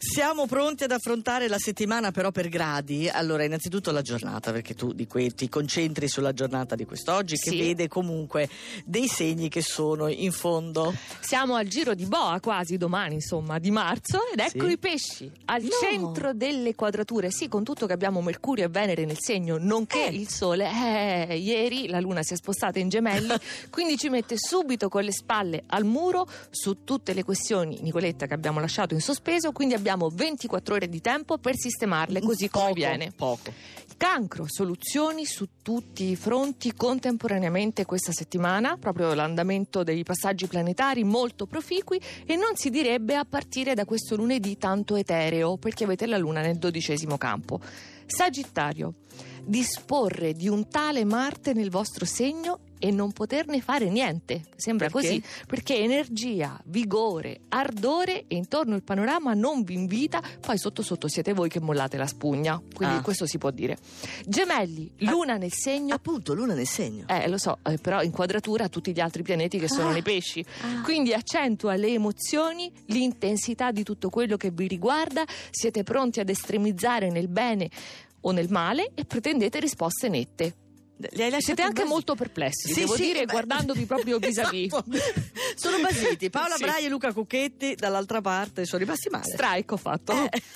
Siamo pronti ad affrontare la settimana però per gradi. Allora, innanzitutto la giornata, perché tu ti concentri sulla giornata di quest'oggi, che vede comunque dei segni che sono in fondo. Siamo al giro di boa quasi domani, insomma, di marzo, ed ecco i pesci al centro delle quadrature. Sì, con tutto che abbiamo Mercurio e Venere nel segno, nonché il Sole. Ieri la Luna si è spostata in Gemelli, quindi ci mette subito con le spalle al muro su tutte le questioni, Nicoletta, che abbiamo lasciato in sospeso, quindi abbiamo 24 ore di tempo per sistemarle così come viene. Poco. Cancro, soluzioni su tutti i fronti contemporaneamente questa settimana, proprio l'andamento dei passaggi planetari molto proficui, e non si direbbe a partire da questo lunedì tanto etereo, perché avete la Luna nel 12° campo. Sagittario, disporre di un tale Marte nel vostro segno e non poterne fare niente. Sembra così, perché energia, vigore, ardore, e intorno il panorama non vi invita, poi sotto sotto siete voi che mollate la spugna, quindi questo si può dire. Gemelli, Luna nel segno. Appunto, Luna nel segno. Lo so, però in quadratura a tutti gli altri pianeti che sono nei pesci. Quindi accentua le emozioni, l'intensità di tutto quello che vi riguarda, siete pronti ad estremizzare nel bene o nel male e pretendete risposte nette. Siete anche molto perplessi, devo dire, guardandovi proprio vis-à-vis. Sono basiti. Paola Braia e Luca Cucchetti dall'altra parte sono rimasti male. Strike ho fatto.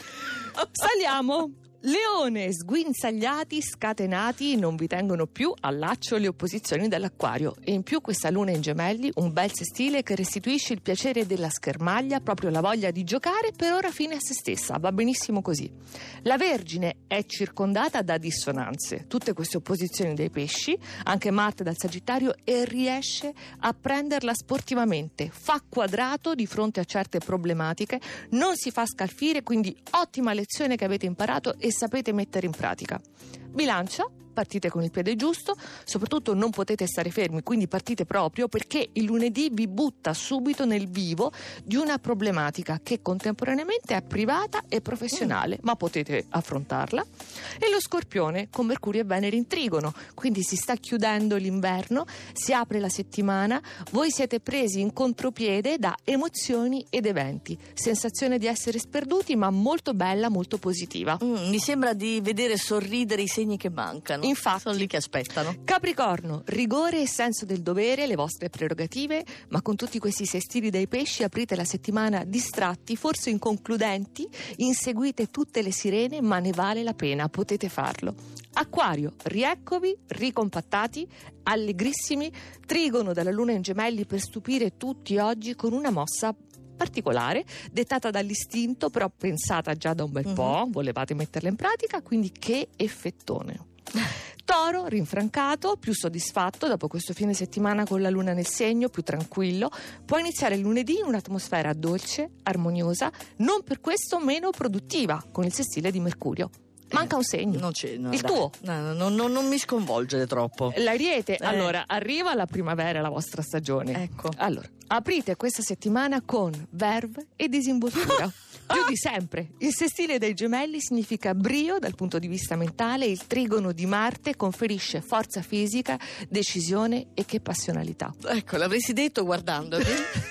Saliamo. Leone, sguinzagliati, scatenati, non vi tengono più al laccio le opposizioni dell'Acquario, e in più questa Luna in Gemelli, un bel sestile che restituisce il piacere della schermaglia, proprio la voglia di giocare, per ora fine a se stessa, va benissimo così. La Vergine è circondata da dissonanze, tutte queste opposizioni dei pesci, anche Marte dal Sagittario, e riesce a prenderla sportivamente, fa quadrato di fronte a certe problematiche, non si fa scalfire, quindi ottima lezione che avete imparato e sapete mettere in pratica. Bilancia, partite con il piede giusto, soprattutto non potete stare fermi, quindi partite proprio, perché il lunedì vi butta subito nel vivo di una problematica che contemporaneamente è privata e professionale, ma potete affrontarla. E lo Scorpione, con Mercurio e Venere in trigono, quindi si sta chiudendo l'inverno, si apre la settimana, voi siete presi in contropiede da emozioni ed eventi, sensazione di essere sperduti, ma molto bella, molto positiva. Mi sembra di vedere sorridere i segni che mancano. Infatti, sono lì che aspettano. Capricorno, rigore e senso del dovere, le vostre prerogative, ma con tutti questi sestili dei pesci aprite la settimana distratti, forse inconcludenti, inseguite tutte le sirene, ma ne vale la pena, potete farlo. Acquario, rieccovi, ricompattati, allegrissimi, trigono dalla Luna in Gemelli per stupire tutti oggi con una mossa particolare, dettata dall'istinto, però pensata già da un bel po', volevate metterla in pratica, quindi che effettone. Toro, rinfrancato, più soddisfatto dopo questo fine settimana con la Luna nel segno, più tranquillo, può iniziare il lunedì in un'atmosfera dolce, armoniosa, non per questo meno produttiva, con il sestile di Mercurio. Manca un segno, tuo. Non mi sconvolgere troppo. L'Ariete, allora, arriva la primavera, la vostra stagione. Ecco. Allora, aprite questa settimana con verve e disinvoltura. Più di sempre. Il sestile dei Gemelli significa brio dal punto di vista mentale, il trigono di Marte conferisce forza fisica, decisione e che passionalità. Ecco, l'avresti detto guardandomi.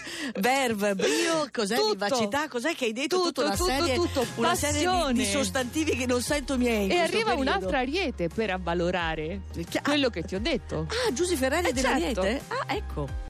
Verve, brio, cos'è vivacità, cos'è che hai detto? Una serie di sostantivi che non sento miei. E arriva un'altra Ariete per avvalorare quello che ti ho detto. Giusy Ferrari dell'Ariete? Certo. Ecco.